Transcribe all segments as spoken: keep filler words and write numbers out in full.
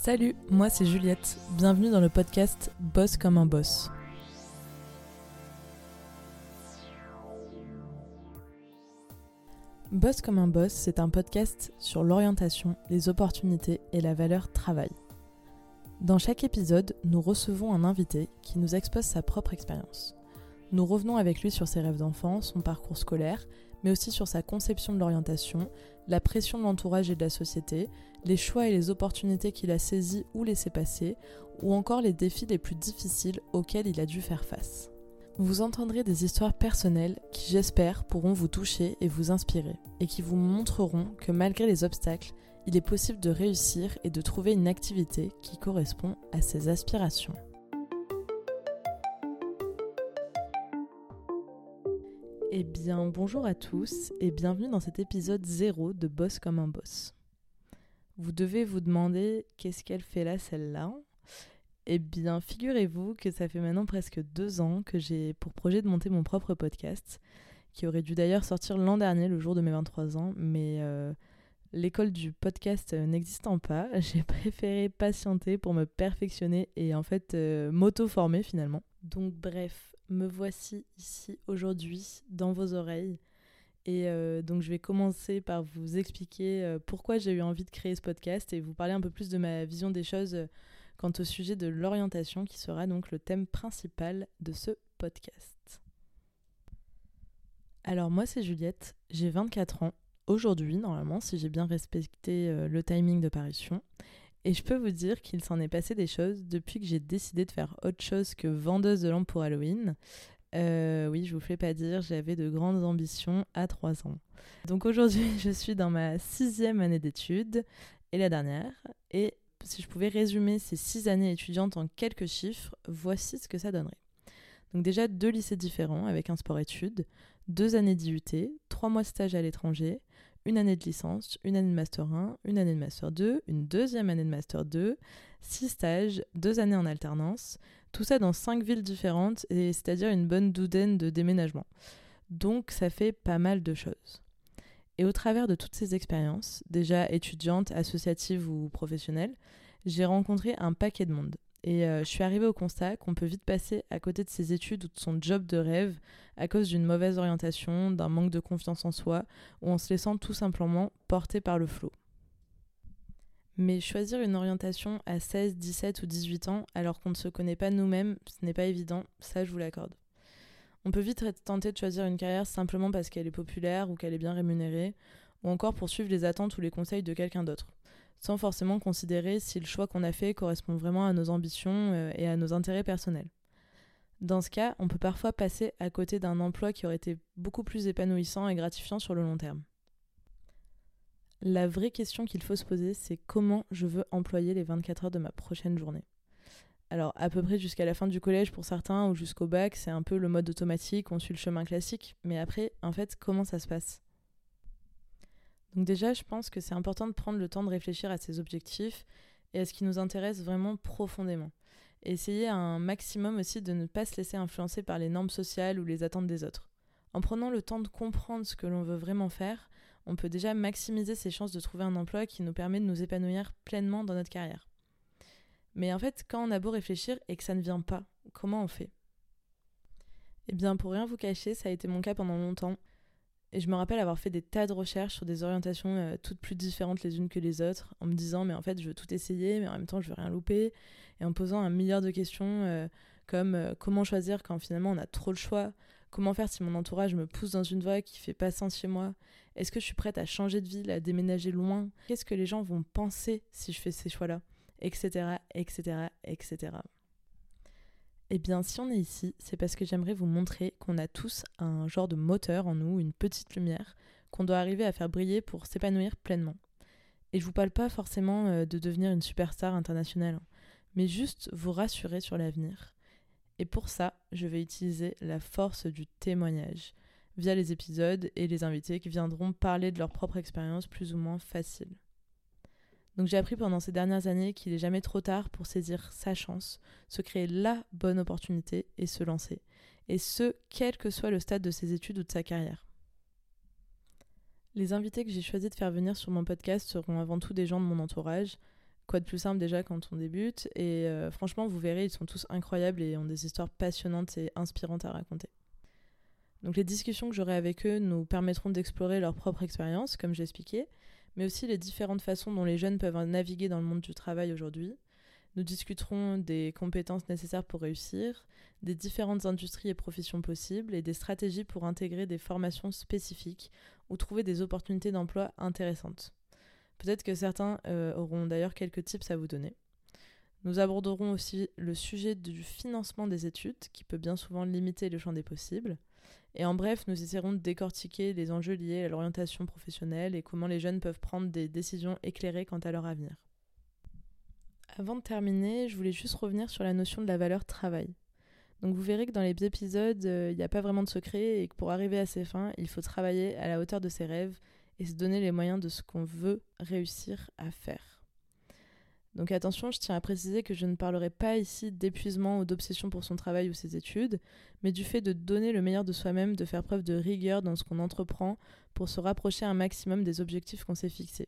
Salut, moi c'est Juliette, bienvenue dans le podcast Boss comme un boss. Boss comme un boss, c'est un podcast sur l'orientation, les opportunités et la valeur travail. Dans chaque épisode, nous recevons un invité qui nous expose sa propre expérience. Nous revenons avec lui sur ses rêves d'enfant, son parcours scolaire, mais aussi sur sa conception de l'orientation, la pression de l'entourage et de la société, les choix et les opportunités qu'il a saisis ou laissés passer, ou encore les défis les plus difficiles auxquels il a dû faire face. Vous entendrez des histoires personnelles qui, j'espère, pourront vous toucher et vous inspirer, et qui vous montreront que malgré les obstacles, il est possible de réussir et de trouver une activité qui correspond à ses aspirations. Eh bien, bonjour à tous et bienvenue dans cet épisode zéro de Boss comme un boss. Vous devez vous demander qu'est-ce qu'elle fait là, celle-là ? Eh bien, figurez-vous que ça fait maintenant presque deux ans que j'ai pour projet de monter mon propre podcast, qui aurait dû d'ailleurs sortir l'an dernier, le jour de mes vingt-trois ans, mais euh, l'école du podcast n'existant pas, j'ai préféré patienter pour me perfectionner et en fait euh, m'auto-former finalement. Donc bref, me voici ici aujourd'hui dans vos oreilles et euh, donc je vais commencer par vous expliquer euh, pourquoi j'ai eu envie de créer ce podcast et vous parler un peu plus de ma vision des choses euh, quant au sujet de l'orientation qui sera donc le thème principal de ce podcast. Alors moi c'est Juliette, j'ai vingt-quatre ans, aujourd'hui normalement si j'ai bien respecté euh, le timing de parution. Et je peux vous dire qu'il s'en est passé des choses depuis que j'ai décidé de faire autre chose que vendeuse de lampes pour Halloween. Euh, oui, je vous fais pas dire, j'avais de grandes ambitions à trois ans. Donc aujourd'hui, je suis dans ma sixième année d'études, et la dernière. Et si je pouvais résumer ces six années étudiantes en quelques chiffres, voici ce que ça donnerait. Donc déjà, deux lycées différents avec un sport-études, deux années d'I U T, trois mois de stage à l'étranger, une année de licence, une année de master un, une année de master deux, une deuxième année de master deux, six stages, deux années en alternance, tout ça dans cinq villes différentes, et c'est-à-dire une bonne douzaine de déménagements. Donc ça fait pas mal de choses. Et au travers de toutes ces expériences, déjà étudiantes, associatives ou professionnelles, j'ai rencontré un paquet de monde. Et euh, je suis arrivée au constat qu'on peut vite passer à côté de ses études ou de son job de rêve à cause d'une mauvaise orientation, d'un manque de confiance en soi, ou en se laissant tout simplement porter par le flot. Mais choisir une orientation à seize, dix-sept ou dix-huit ans alors qu'on ne se connaît pas nous-mêmes, ce n'est pas évident, ça je vous l'accorde. On peut vite être tenté de choisir une carrière simplement parce qu'elle est populaire ou qu'elle est bien rémunérée, ou encore pour suivre les attentes ou les conseils de quelqu'un d'autre, sans forcément considérer si le choix qu'on a fait correspond vraiment à nos ambitions et à nos intérêts personnels. Dans ce cas, on peut parfois passer à côté d'un emploi qui aurait été beaucoup plus épanouissant et gratifiant sur le long terme. La vraie question qu'il faut se poser, c'est comment je veux employer les vingt-quatre heures de ma prochaine journée. Alors, à peu près jusqu'à la fin du collège pour certains ou jusqu'au bac, c'est un peu le mode automatique, on suit le chemin classique, mais après, en fait, comment ça se passe ? Donc déjà, je pense que c'est important de prendre le temps de réfléchir à ses objectifs et à ce qui nous intéresse vraiment profondément. Et essayer un maximum aussi de ne pas se laisser influencer par les normes sociales ou les attentes des autres. En prenant le temps de comprendre ce que l'on veut vraiment faire, on peut déjà maximiser ses chances de trouver un emploi qui nous permet de nous épanouir pleinement dans notre carrière. Mais en fait, quand on a beau réfléchir et que ça ne vient pas, comment on fait ? Eh bien, pour rien vous cacher, ça a été mon cas pendant longtemps. Et je me rappelle avoir fait des tas de recherches sur des orientations euh, toutes plus différentes les unes que les autres, en me disant mais en fait je veux tout essayer, mais en même temps je veux rien louper, et en me posant un milliard de questions euh, comme euh, comment choisir quand finalement on a trop le choix, comment faire si mon entourage me pousse dans une voie qui fait pas sens chez moi, est-ce que je suis prête à changer de ville, à déménager loin, qu'est-ce que les gens vont penser si je fais ces choix-là, etc, etc, et cetera. Eh bien, si on est ici, c'est parce que j'aimerais vous montrer qu'on a tous un genre de moteur en nous, une petite lumière, qu'on doit arriver à faire briller pour s'épanouir pleinement. Et je vous parle pas forcément de devenir une superstar internationale, mais juste vous rassurer sur l'avenir. Et pour ça, je vais utiliser la force du témoignage, via les épisodes et les invités qui viendront parler de leur propre expérience plus ou moins facile. Donc j'ai appris pendant ces dernières années qu'il n'est jamais trop tard pour saisir sa chance, se créer la bonne opportunité et se lancer. Et ce, quel que soit le stade de ses études ou de sa carrière. Les invités que j'ai choisi de faire venir sur mon podcast seront avant tout des gens de mon entourage, quoi de plus simple déjà quand on débute. Et euh, franchement, vous verrez, ils sont tous incroyables et ont des histoires passionnantes et inspirantes à raconter. Donc les discussions que j'aurai avec eux nous permettront d'explorer leur propre expérience, comme j'ai expliqué, mais aussi les différentes façons dont les jeunes peuvent naviguer dans le monde du travail aujourd'hui. Nous discuterons des compétences nécessaires pour réussir, des différentes industries et professions possibles et des stratégies pour intégrer des formations spécifiques ou trouver des opportunités d'emploi intéressantes. Peut-être que certains euh, auront d'ailleurs quelques tips à vous donner. Nous aborderons aussi le sujet du financement des études, qui peut bien souvent limiter le champ des possibles. Et en bref, nous essaierons de décortiquer les enjeux liés à l'orientation professionnelle et comment les jeunes peuvent prendre des décisions éclairées quant à leur avenir. Avant de terminer, je voulais juste revenir sur la notion de la valeur travail. Donc vous verrez que dans les épisodes, il euh, n'y a pas vraiment de secret et que pour arriver à ses fins, il faut travailler à la hauteur de ses rêves et se donner les moyens de ce qu'on veut réussir à faire. Donc attention, je tiens à préciser que je ne parlerai pas ici d'épuisement ou d'obsession pour son travail ou ses études, mais du fait de donner le meilleur de soi-même, de faire preuve de rigueur dans ce qu'on entreprend pour se rapprocher un maximum des objectifs qu'on s'est fixés.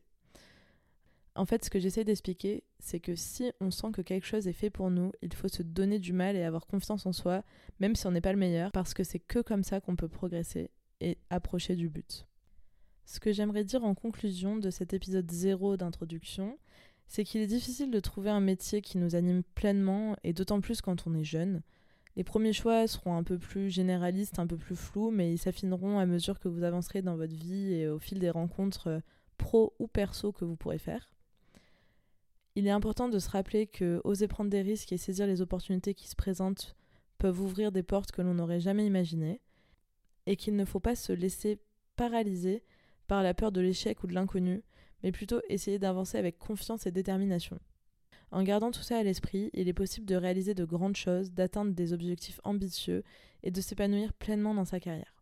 En fait, ce que j'essaie d'expliquer, c'est que si on sent que quelque chose est fait pour nous, il faut se donner du mal et avoir confiance en soi, même si on n'est pas le meilleur, parce que c'est que comme ça qu'on peut progresser et approcher du but. Ce que j'aimerais dire en conclusion de cet épisode zéro d'introduction, c'est qu'il est difficile de trouver un métier qui nous anime pleinement, et d'autant plus quand on est jeune. Les premiers choix seront un peu plus généralistes, un peu plus flous, mais ils s'affineront à mesure que vous avancerez dans votre vie et au fil des rencontres pro ou perso que vous pourrez faire. Il est important de se rappeler que oser prendre des risques et saisir les opportunités qui se présentent peuvent ouvrir des portes que l'on n'aurait jamais imaginées, et qu'il ne faut pas se laisser paralyser par la peur de l'échec ou de l'inconnu, mais plutôt essayer d'avancer avec confiance et détermination. En gardant tout ça à l'esprit, il est possible de réaliser de grandes choses, d'atteindre des objectifs ambitieux et de s'épanouir pleinement dans sa carrière.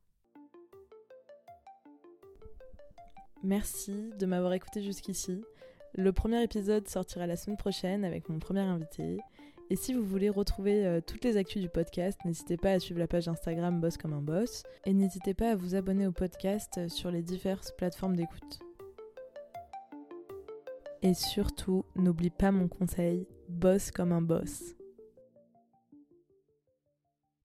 Merci de m'avoir écouté jusqu'ici. Le premier épisode sortira la semaine prochaine avec mon premier invité. Et si vous voulez retrouver euh, toutes les actus du podcast, n'hésitez pas à suivre la page Instagram Boss comme un boss. Et n'hésitez pas à vous abonner au podcast sur les diverses plateformes d'écoute. Et surtout, n'oublie pas mon conseil, bosse comme un boss.